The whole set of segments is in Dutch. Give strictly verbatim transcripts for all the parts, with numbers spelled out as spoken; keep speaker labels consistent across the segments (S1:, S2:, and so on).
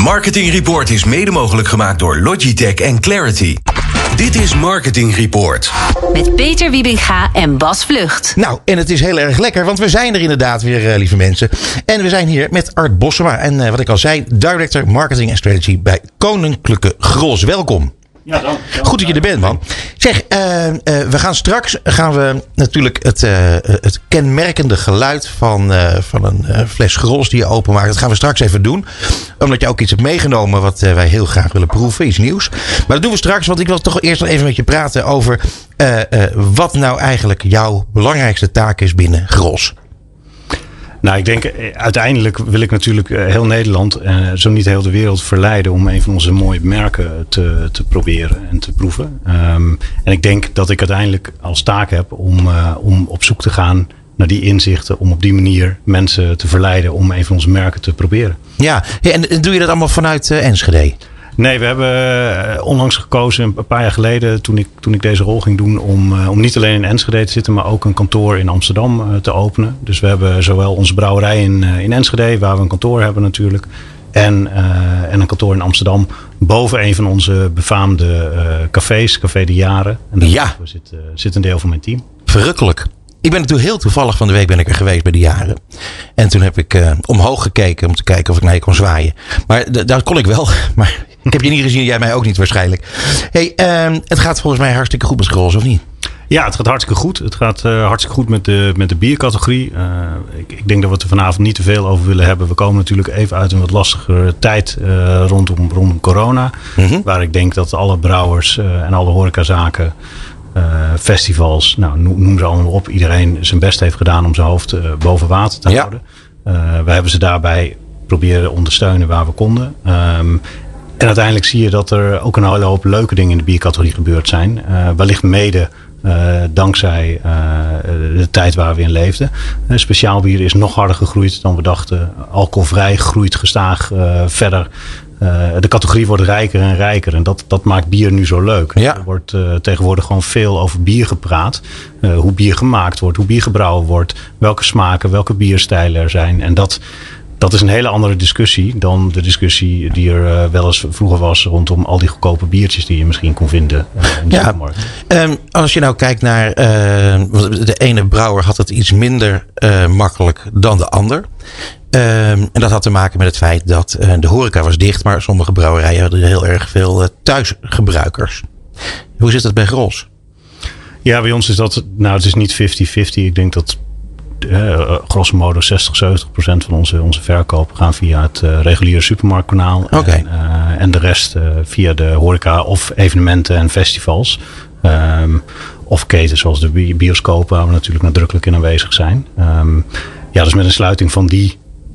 S1: Marketing Report is mede mogelijk gemaakt door Logitech en Clarity. Dit is Marketing Report.
S2: Met Peter Wiebinga en Bas Vlucht.
S3: Nou, en het is heel erg lekker, want we zijn er inderdaad weer, uh, lieve mensen. En we zijn hier met Art Bossema. En uh, wat ik al zei, Director Marketing en Strategy bij Koninklijke Grols. Welkom.
S4: Ja, dan.
S3: Goed dat je er bent, man. Zeg, uh, uh, we gaan straks gaan we natuurlijk het, uh, het kenmerkende geluid van, uh, van een uh, fles Grols die je openmaakt. Dat gaan we straks even doen. Omdat je ook iets hebt meegenomen wat uh, wij heel graag willen proeven. Iets nieuws. Maar dat doen we straks, want ik wil toch eerst nog even met je praten over uh, uh, wat nou eigenlijk jouw belangrijkste taak is binnen Grols.
S4: Nou, ik denk uiteindelijk wil ik natuurlijk heel Nederland, uh, zo niet heel de wereld, verleiden om een van onze mooie merken te, te proberen en te proeven. Um, en ik denk dat ik uiteindelijk als taak heb om, uh, om op zoek te gaan naar die inzichten, om op die manier mensen te verleiden om een van onze merken te proberen.
S3: Ja, ja en doe je dat allemaal vanuit uh, Enschede?
S4: Nee, we hebben onlangs gekozen, een paar jaar geleden, toen ik, toen ik deze rol ging doen, om, om niet alleen in Enschede te zitten, maar ook een kantoor in Amsterdam te openen. Dus we hebben zowel onze brouwerij in, in Enschede, waar we een kantoor hebben natuurlijk, en, uh, en een kantoor in Amsterdam, boven een van onze befaamde uh, cafés, Café de Jaren. En daar
S3: ja.
S4: zit, uh, zit een deel van mijn team.
S3: Verrukkelijk. Ik ben natuurlijk heel toevallig van de week ben ik er geweest bij de Jaren. En toen heb ik uh, omhoog gekeken om te kijken of ik naar je kon zwaaien. Maar d- daar kon ik wel. Maar ik heb je niet gezien, jij mij ook niet waarschijnlijk. Hey, uh, het gaat volgens mij hartstikke goed met Grols, of niet?
S4: Ja, het gaat hartstikke goed. Het gaat uh, hartstikke goed met de, met de biercategorie. Uh, ik, ik denk dat we het er vanavond niet te veel over willen hebben. We komen natuurlijk even uit een wat lastigere tijd uh, rondom, rondom corona. Mm-hmm. Waar ik denk dat alle brouwers uh, en alle horecazaken, Uh, festivals, nou, noem ze allemaal op. Iedereen zijn best heeft gedaan om zijn hoofd uh, boven water te ja. houden. Uh, we hebben ze daarbij proberen ondersteunen waar we konden. Um, en uiteindelijk zie je dat er ook een hele hoop leuke dingen in de biercategorie gebeurd zijn. Uh, wellicht mede uh, dankzij uh, de tijd waar we in leefden. Uh, speciaal bier is nog harder gegroeid dan we dachten. Alcoholvrij groeit gestaag uh, verder. Uh, de categorie wordt rijker en rijker. En dat, dat maakt bier nu zo leuk.
S3: Ja.
S4: Er wordt uh, tegenwoordig gewoon veel over bier gepraat. Uh, hoe bier gemaakt wordt, hoe bier gebrouwen wordt. Welke smaken, welke bierstijlen er zijn. En dat, dat is een hele andere discussie dan de discussie die er uh, wel eens vroeger was rondom al die goedkope biertjes die je misschien kon vinden uh, in de
S3: ja.
S4: supermarkt.
S3: Um, als je nou kijkt naar uh, de ene brouwer had het iets minder uh, makkelijk dan de ander. Um, en dat had te maken met het feit dat uh, de horeca was dicht, maar sommige brouwerijen hadden heel erg veel uh, thuisgebruikers. Hoe zit dat bij Grols?
S4: Ja, bij ons is dat, nou het is niet vijftig vijftig. Ik denk dat uh, grosso modo zestig, zeventig procent van onze, onze verkopen gaan via het uh, reguliere supermarktkanaal.
S3: Okay.
S4: En, uh, en de rest uh, via de horeca of evenementen en festivals. Um, of ketens zoals de bioscopen, waar we natuurlijk nadrukkelijk in aanwezig zijn. Um, ja, dus met een sluiting van die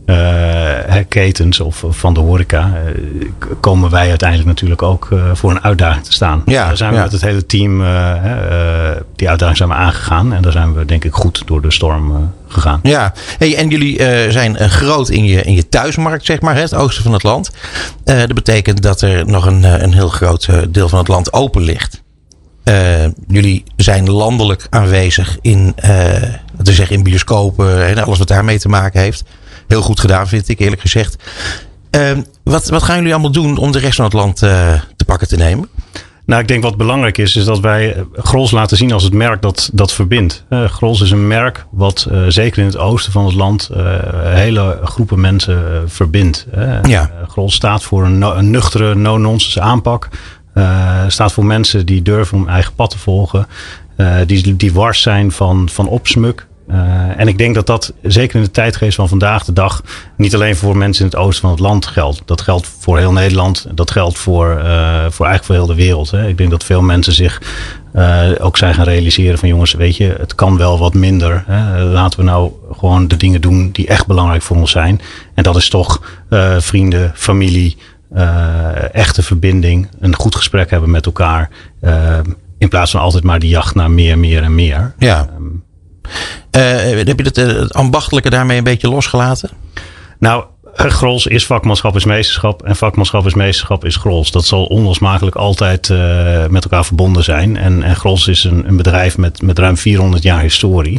S4: Uh, ketens of, of van de horeca uh, komen wij uiteindelijk natuurlijk ook uh, voor een uitdaging te staan.
S3: Ja,
S4: daar zijn we
S3: ja.
S4: met het hele team uh, uh, die uitdaging zijn we aangegaan en daar zijn we denk ik goed door de storm uh, gegaan.
S3: Ja, hey, en jullie uh, zijn uh, groot in je, in je thuismarkt, zeg maar, hè, het oosten van het land. Uh, dat betekent dat er nog een, een heel groot uh, deel van het land open ligt. Uh, jullie zijn landelijk aanwezig in, uh, te zeggen, in bioscopen en alles wat daarmee te maken heeft. Heel goed gedaan, vind ik, eerlijk gezegd. Uh, wat, wat gaan jullie allemaal doen om de rest van het land uh, te pakken te nemen?
S4: Nou, ik denk wat belangrijk is, is dat wij Grols laten zien als het merk dat, dat verbindt. Uh, Grols is een merk wat uh, zeker in het oosten van het land uh, hele groepen mensen uh, verbindt. Uh,
S3: Ja.
S4: uh, Grols staat voor een, no- een nuchtere, no-nonsense aanpak. Uh, staat voor mensen die durven om eigen pad te volgen. Uh, die, die wars zijn van, van opsmuk. Uh, en ik denk dat dat zeker in de tijdgeest van vandaag de dag niet alleen voor mensen in het oosten van het land geldt. Dat geldt voor heel Nederland. Dat geldt voor, uh, voor eigenlijk voor heel de wereld. Hè. Ik denk dat veel mensen zich uh, ook zijn gaan realiseren van jongens, weet je, het kan wel wat minder. Hè. Laten we nou gewoon de dingen doen die echt belangrijk voor ons zijn. En dat is toch uh, vrienden, familie, uh, echte verbinding, een goed gesprek hebben met elkaar. Uh, in plaats van altijd maar die jacht naar meer, meer en meer.
S3: Ja. Um, Uh, heb je het, uh, het ambachtelijke daarmee een beetje losgelaten?
S4: Nou, Grols is vakmanschap is meesterschap en vakmanschap is meesterschap is Grols. Dat zal onlosmakelijk altijd uh, met elkaar verbonden zijn. En, en Grols is een, een bedrijf met, met ruim vierhonderd jaar historie.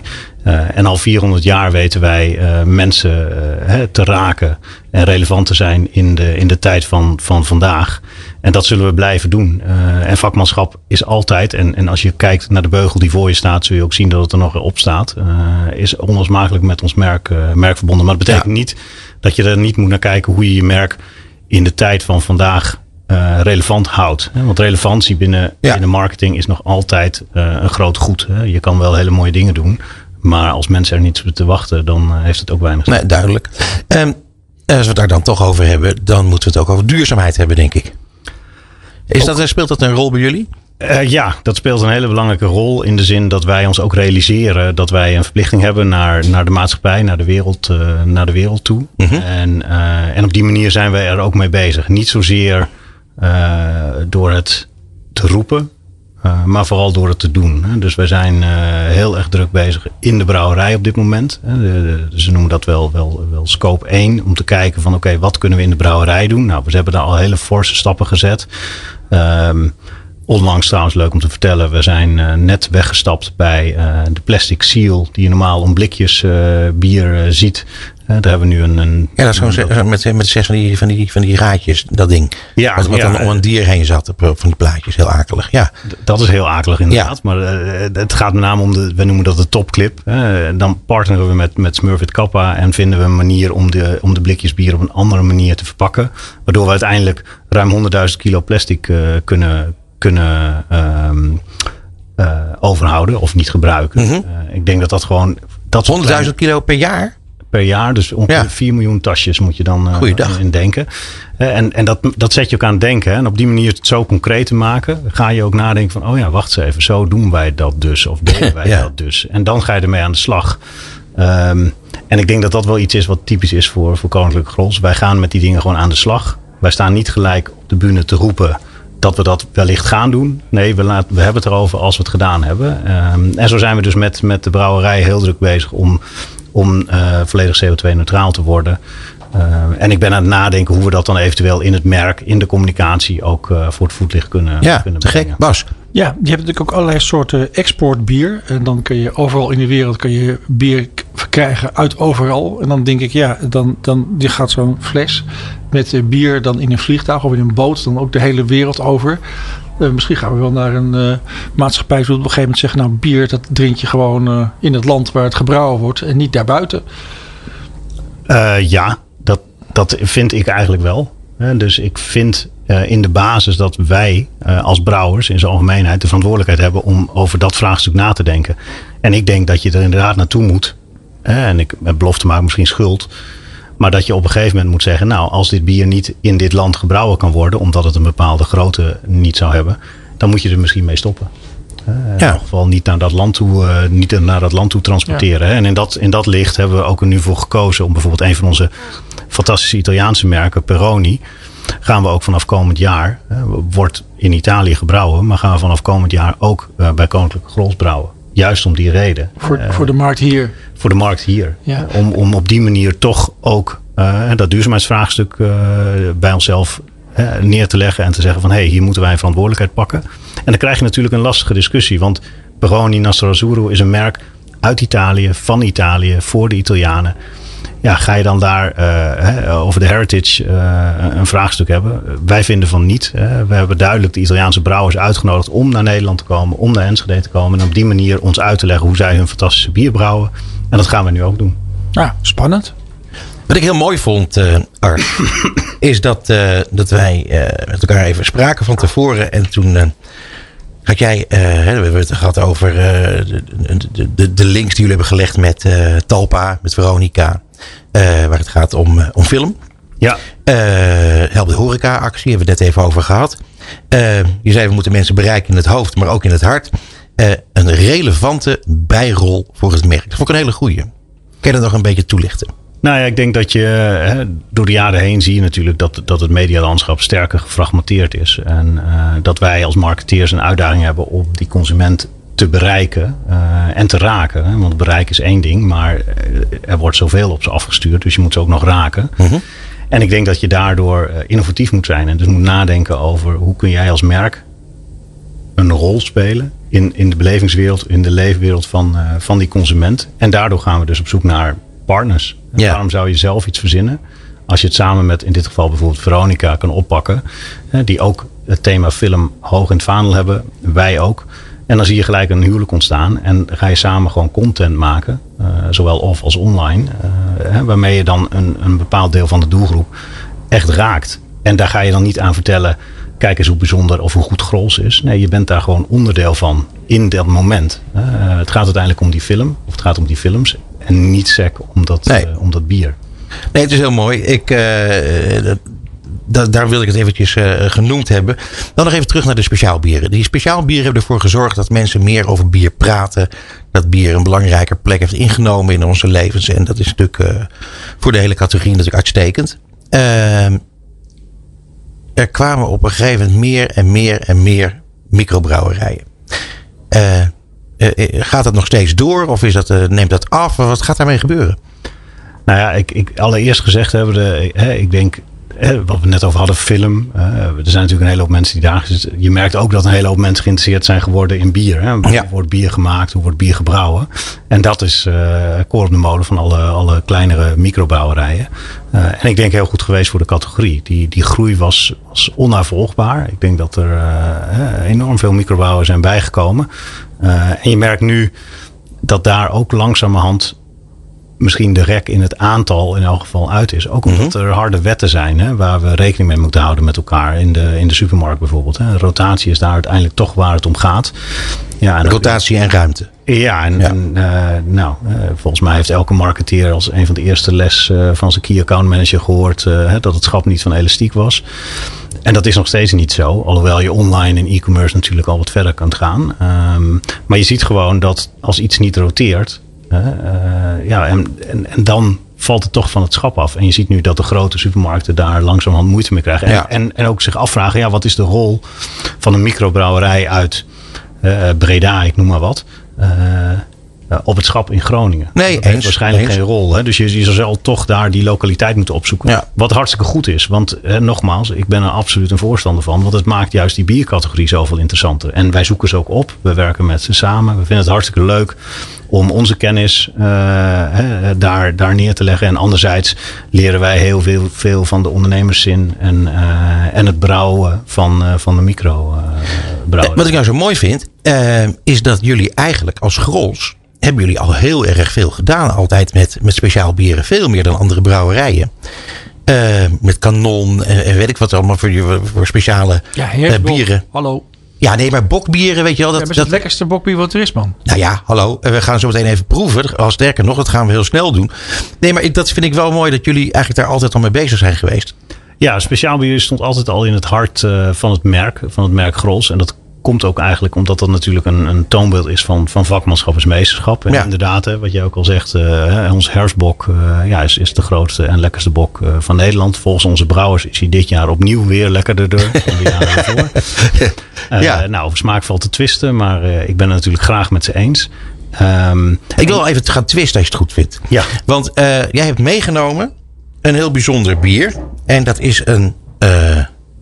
S4: Uh, en al vierhonderd jaar weten wij uh, mensen uh, hè, te raken en relevant te zijn in de, in de tijd van, van vandaag. En dat zullen we blijven doen. Uh, en vakmanschap is altijd, en, en als je kijkt naar de beugel die voor je staat, zul je ook zien dat het er nog op staat. Uh, is onlosmakelijk met ons merk, uh, merk verbonden. Maar dat betekent ja. niet dat je er niet moet naar kijken hoe je je merk in de tijd van vandaag uh, relevant houdt. Want relevantie binnen, ja. binnen marketing is nog altijd uh, een groot goed. Hè? Je kan wel hele mooie dingen doen. Maar als mensen er niet op te wachten, dan heeft het ook weinig zin.
S3: Nee, duidelijk. Um, als we het daar dan toch over hebben, dan moeten we het ook over duurzaamheid hebben, denk ik. Is dat, speelt dat een rol bij jullie?
S4: Uh, ja, dat speelt een hele belangrijke rol in de zin dat wij ons ook realiseren dat wij een verplichting hebben naar, naar de maatschappij, naar de wereld, uh, naar de wereld toe. Mm-hmm. En, uh, en op die manier zijn wij er ook mee bezig. Niet zozeer uh, door het te roepen, uh, maar vooral door het te doen. Hè. Dus wij zijn uh, heel erg druk bezig in de brouwerij op dit moment. Hè. De, de, ze noemen dat wel, wel, wel scope één, om te kijken van oké, okay, wat kunnen we in de brouwerij doen? Nou, we hebben daar al hele forse stappen gezet. Um, Onlangs trouwens, leuk om te vertellen, we zijn uh, net weggestapt bij uh, de plastic seal die je normaal om blikjes uh, bier uh, ziet. Uh, daar hebben we nu een... een
S3: ja, dat is gewoon een, met, met zes van die, van, die, van die raadjes, dat ding. Ja, wat wat ja, dan om een dier heen zat, op, van die plaatjes, heel akelig. Ja.
S4: D- dat is heel akelig inderdaad, ja. Maar uh, het gaat met name om, de, we noemen dat de topclip. Uh, dan partneren we met, met Smurfit Kappa en vinden we een manier om de, om de blikjes bier op een andere manier te verpakken. Waardoor we uiteindelijk ruim honderdduizend kilo plastic uh, kunnen... kunnen um, uh, overhouden of niet gebruiken. Mm-hmm. Uh, ik denk dat dat gewoon... Dat
S3: honderdduizend kilo per jaar?
S4: Per jaar, dus ongeveer ja. vier miljoen tasjes moet je dan uh, in denken. Uh, en en dat, dat zet je ook aan het denken. Hè? En op die manier het zo concreet te maken, ga je ook nadenken van, oh ja, wacht eens even, zo doen wij dat dus. Of deden wij ja. dat dus. En dan ga je ermee aan de slag. Um, en ik denk dat dat wel iets is wat typisch is voor, voor Koninklijke Grols. Wij gaan met die dingen gewoon aan de slag. Wij staan niet gelijk op de bühne te roepen dat we dat wellicht gaan doen. Nee, we, laat, we hebben het erover als we het gedaan hebben. Um, en zo zijn we dus met, met de brouwerij heel druk bezig om, om uh, volledig C O twee neutraal te worden. Uh, en ik ben aan het nadenken hoe we dat dan eventueel in het merk, in de communicatie ook uh, voor het voetlicht kunnen,
S3: ja,
S4: kunnen
S3: te
S4: brengen.
S3: Gek. Bas?
S5: Ja, je hebt natuurlijk ook allerlei soorten exportbier. En dan kun je overal in de wereld kun je bier verkrijgen uit overal. En dan denk ik, ja, dan, dan die gaat zo'n fles met bier dan in een vliegtuig of in een boot dan ook de hele wereld over. Uh, misschien gaan we wel naar een uh, maatschappij die op een gegeven moment zeggen, nou, bier dat drink je gewoon uh, in het land waar het gebrouwen wordt en niet daarbuiten.
S4: Uh, ja, dat, dat vind ik eigenlijk wel. Uh, dus ik vind uh, in de basis dat wij uh, als brouwers in zijn algemeenheid de verantwoordelijkheid hebben om over dat vraagstuk na te denken. En ik denk dat je er inderdaad naartoe moet. Uh, en ik heb belofte maken, misschien schuld. Maar dat je op een gegeven moment moet zeggen, nou, als dit bier niet in dit land gebrouwen kan worden, omdat het een bepaalde grootte niet zou hebben, dan moet je er misschien mee stoppen. Uh, in ja. ieder geval niet naar dat land toe, uh, niet naar dat land toe transporteren. Ja. En in dat, in dat licht hebben we ook er nu voor gekozen om bijvoorbeeld een van onze fantastische Italiaanse merken, Peroni, gaan we ook vanaf komend jaar, uh, wordt in Italië gebrouwen, maar gaan we vanaf komend jaar ook uh, bij Koninklijke Grols brouwen. Juist om die reden.
S5: Voor,
S4: uh,
S5: voor de markt hier.
S4: Voor de markt hier.
S5: Ja.
S4: Om, om op die manier toch ook uh, dat duurzaamheidsvraagstuk uh, bij onszelf uh, neer te leggen. En te zeggen van, hé, hey, hier moeten wij een verantwoordelijkheid pakken. En dan krijg je natuurlijk een lastige discussie. Want Peroni Nastro Azzurro is een merk uit Italië, van Italië, voor de Italianen. Ja, ga je dan daar uh, over de heritage uh, een vraagstuk hebben? Wij vinden van niet. Uh, we hebben duidelijk de Italiaanse brouwers uitgenodigd om naar Nederland te komen, om naar Enschede te komen. En op die manier ons uit te leggen hoe zij hun fantastische bier brouwen. En dat gaan we nu ook doen.
S5: Ja, spannend.
S3: Wat ik heel mooi vond, uh, Art, is dat, uh, dat wij uh, met elkaar even spraken van tevoren. En toen uh, had jij, uh, we hebben het gehad over uh, de, de, de, de links die jullie hebben gelegd met uh, Talpa, met Veronica. Uh, waar het gaat om, uh, om film.
S4: Ja.
S3: Uh, Help de horeca actie, hebben we het net even over gehad. Uh, je zei we moeten mensen bereiken in het hoofd, maar ook in het hart. Uh, een relevante bijrol voor het merk. Dat vond ik een hele goeie. Kan je dat nog een beetje toelichten?
S4: Nou ja, ik denk dat je hè, door de jaren heen zie je natuurlijk dat, dat het medialandschap sterker gefragmenteerd is. En uh, dat wij als marketeers een uitdaging hebben om die consument te bereiken uh, en te raken. Hè? Want bereiken is één ding, maar er wordt zoveel op ze afgestuurd. Dus je moet ze ook nog raken. Mm-hmm. En ik denk dat je daardoor uh, innovatief moet zijn. En dus moet nadenken over hoe kun jij als merk een rol spelen in, in de belevingswereld, in de leefwereld van, uh, van die consument. En daardoor gaan we dus op zoek naar partners. Ja. Waarom zou je zelf iets verzinnen? Als je het samen met, in dit geval bijvoorbeeld Veronica, kan oppakken. Hè, die ook het thema film hoog in het vaandel hebben. Wij ook. En dan zie je gelijk een huwelijk ontstaan. En ga je samen gewoon content maken. Uh, zowel off als online. Uh, hè, waarmee je dan een, een bepaald deel van de doelgroep echt raakt. En daar ga je dan niet aan vertellen. Kijk eens hoe bijzonder of hoe goed Grols is. Nee, je bent daar gewoon onderdeel van in dat moment. Uh, het gaat uiteindelijk om die film. Of het gaat om die films. En niet sec om dat, nee. uh, om dat bier.
S3: Nee, het is heel mooi. Ik, uh, da, daar wil ik het eventjes uh, genoemd hebben. Dan nog even terug naar de speciaalbieren. Die speciaalbieren hebben ervoor gezorgd dat mensen meer over bier praten. Dat bier een belangrijker plek heeft ingenomen in onze levens. En dat is natuurlijk uh, voor de hele categorie natuurlijk uitstekend. Uh, er kwamen op een gegeven moment meer en meer en meer microbrouwerijen. Uh, uh, gaat dat nog steeds door? Of is dat, uh, neemt dat af? Wat gaat daarmee gebeuren?
S4: Nou ja, ik, ik allereerst gezegd hebben, de, hè, ik denk, hè, wat we net over hadden, film. Uh, er zijn natuurlijk een hele hoop mensen die daar zitten. Je merkt ook dat een hele hoop mensen geïnteresseerd zijn geworden in bier. Hè? Hoe ja. wordt bier gemaakt? Hoe wordt bier gebrouwen? En dat is uh, koor op de molen van alle, alle kleinere microbrouwerijen. Uh, en ik denk heel goed geweest voor de categorie. Die, die groei was, was onnavolgbaar. Ik denk dat er uh, enorm veel microbrouwers zijn bijgekomen. Uh, en je merkt nu dat daar ook langzamerhand misschien de rek in het aantal in elk geval uit is. Ook omdat mm-hmm. er harde wetten zijn, hè, waar we rekening mee moeten houden met elkaar. In de, in de supermarkt bijvoorbeeld. Hè. Rotatie is daar uiteindelijk toch waar het om gaat. Ja, en
S3: rotatie en ruimte.
S4: Ja, en, ja. en uh, nou, uh, volgens mij heeft elke marketeer als een van de eerste les uh, van zijn key account manager gehoord uh, hè, dat het schap niet van elastiek was. En dat is nog steeds niet zo. Alhoewel je online en e-commerce natuurlijk al wat verder kunt gaan. Um, maar je ziet gewoon dat als iets niet roteert, Uh, uh, ja, en, en, en dan valt het toch van het schap af. En je ziet nu dat de grote supermarkten daar langzamerhand moeite mee krijgen. En, ja. en, en ook zich afvragen, ja, wat is de rol van een microbrouwerij uit uh, Breda, ik noem maar wat. Uh, uh, op het schap in Groningen.
S3: Nee,
S4: dat
S3: eens,
S4: heeft waarschijnlijk
S3: eens.
S4: geen rol. Hè? Dus je, je zal toch daar die lokaliteit moeten opzoeken. Ja. Wat hartstikke goed is. Want eh, nogmaals, ik ben er absoluut een voorstander van. Want het maakt juist die biercategorie zoveel interessanter. En wij zoeken ze ook op. We werken met ze samen. We vinden het hartstikke leuk om onze kennis uh, hè, daar, daar neer te leggen. En anderzijds leren wij heel veel, veel van de ondernemerszin en, uh, en het brouwen van, uh, van de microbrouwer.
S3: Uh, Wat ik nou zo mooi vind, uh, is dat jullie eigenlijk als Grols hebben jullie al heel erg veel gedaan. Altijd met, met speciaal bieren. Veel meer dan andere brouwerijen. Uh, met kanon en, en weet ik wat allemaal voor, voor speciale
S5: ja,
S3: uh, bieren.
S5: Hallo.
S3: Ja, nee, maar bokbieren, weet je wel. Dat,
S5: ja, dat is
S3: dat,
S5: het lekkerste bokbier wat er is, man.
S3: Nou ja, hallo. We gaan zo meteen even proeven. Al sterker nog, dat gaan we heel snel doen. Nee, maar ik, dat vind ik wel mooi dat jullie eigenlijk daar altijd al mee bezig zijn geweest.
S4: Ja, speciaal bier stond altijd al in het hart uh, van het merk. Van het merk Grols. En dat komt ook eigenlijk omdat dat natuurlijk een, een toonbeeld is van, van vakmanschap en meesterschap. En ja. inderdaad, hè, wat jij ook al zegt, uh, ons herfstbok uh, ja, is, is de grootste en lekkerste bok uh, van Nederland. Volgens onze brouwers is hij dit jaar opnieuw weer lekkerder dan de jaren ervoor. Uh, ja. Nou, over smaak valt te twisten, maar uh, ik ben het natuurlijk graag met ze eens. Um,
S3: ik wil even gaan twisten als je het goed vindt.
S4: Ja.
S3: Want uh, jij hebt meegenomen een heel bijzonder bier. En dat is een uh,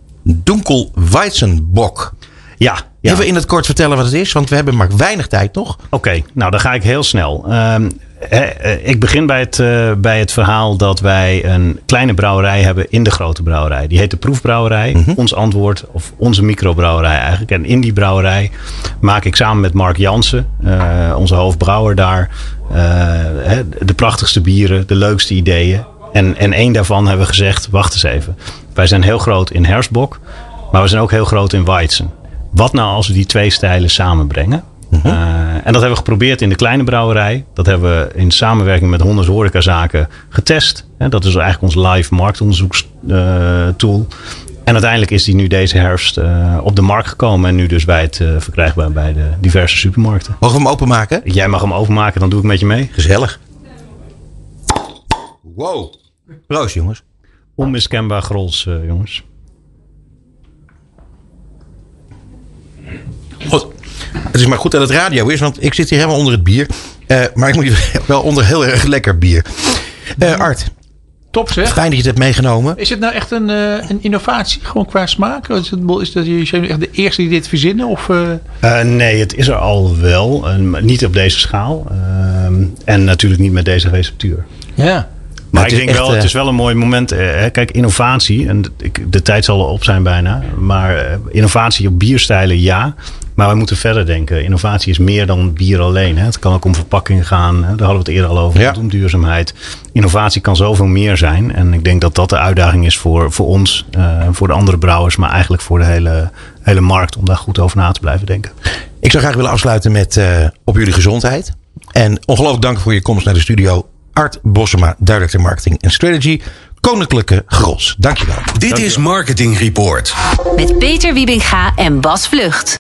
S3: Dunkelweizenbock.
S4: Ja, ja.
S3: Even in het kort vertellen wat het is, want we hebben maar weinig tijd nog.
S4: Oké, okay, nou dan ga ik heel snel. Um, he, ik begin bij het, uh, bij het verhaal dat wij een kleine brouwerij hebben in de grote brouwerij. Die heet de Proefbrouwerij. Mm-hmm. Ons antwoord, of onze microbrouwerij eigenlijk. En in die brouwerij maak ik samen met Mark Jansen, uh, onze hoofdbrouwer daar, uh, de prachtigste bieren, de leukste ideeën. En, en één daarvan hebben we gezegd, wacht eens even. Wij zijn heel groot in herfstbok, maar we zijn ook heel groot in Weizen. Wat nou als we die twee stijlen samenbrengen? Uh-huh. Uh, en dat hebben we geprobeerd in de kleine brouwerij. Dat hebben we in samenwerking met honderd horecazaken getest. En dat is eigenlijk ons live marktonderzoekstool. Uh, en uiteindelijk is die nu deze herfst uh, op de markt gekomen. En nu dus bij het uh, verkrijgbaar bij de diverse supermarkten.
S3: Mogen we hem openmaken?
S4: Jij mag hem openmaken, dan doe ik met je mee.
S3: Gezellig. Wow. Proost, jongens.
S4: Onmiskenbaar Grols, uh, jongens.
S3: God, het is maar goed dat het radio is, want ik zit hier helemaal onder het bier. Uh, maar ik moet wel onder heel erg lekker bier. Uh, Art,
S5: Top zeg.
S3: Fijn dat je het hebt meegenomen.
S5: Is het nou echt een, uh, een innovatie, gewoon qua smaak? Is, het, is dat jullie echt de eerste die dit verzinnen? Of, uh...
S4: Uh, nee, het is er al wel. Uh, niet op deze schaal. Uh, en natuurlijk niet met deze receptuur.
S5: Ja.
S4: Maar ik denk echt, wel, het is wel een mooi moment. Hè. Kijk, innovatie, en de tijd zal op zijn bijna. Maar innovatie op bierstijlen, ja. Maar we moeten verder denken. Innovatie is meer dan bier alleen. Hè. Het kan ook om verpakking gaan. Hè. Daar hadden we het eerder al over. Ja. Om duurzaamheid. Innovatie kan zoveel meer zijn. En ik denk dat dat de uitdaging is voor, voor ons. Uh, voor de andere brouwers. Maar eigenlijk voor de hele, hele markt. Om daar goed over na te blijven denken.
S3: Ik zou graag willen afsluiten met uh, op jullie gezondheid. En ongelooflijk dank voor je komst naar de studio. Art Bossema, Director Marketing en Strategy. Koninklijke Gros. Dankjewel.
S1: Dit is Marketing Report.
S2: Met Peter Wiebinga en Bas Vlucht.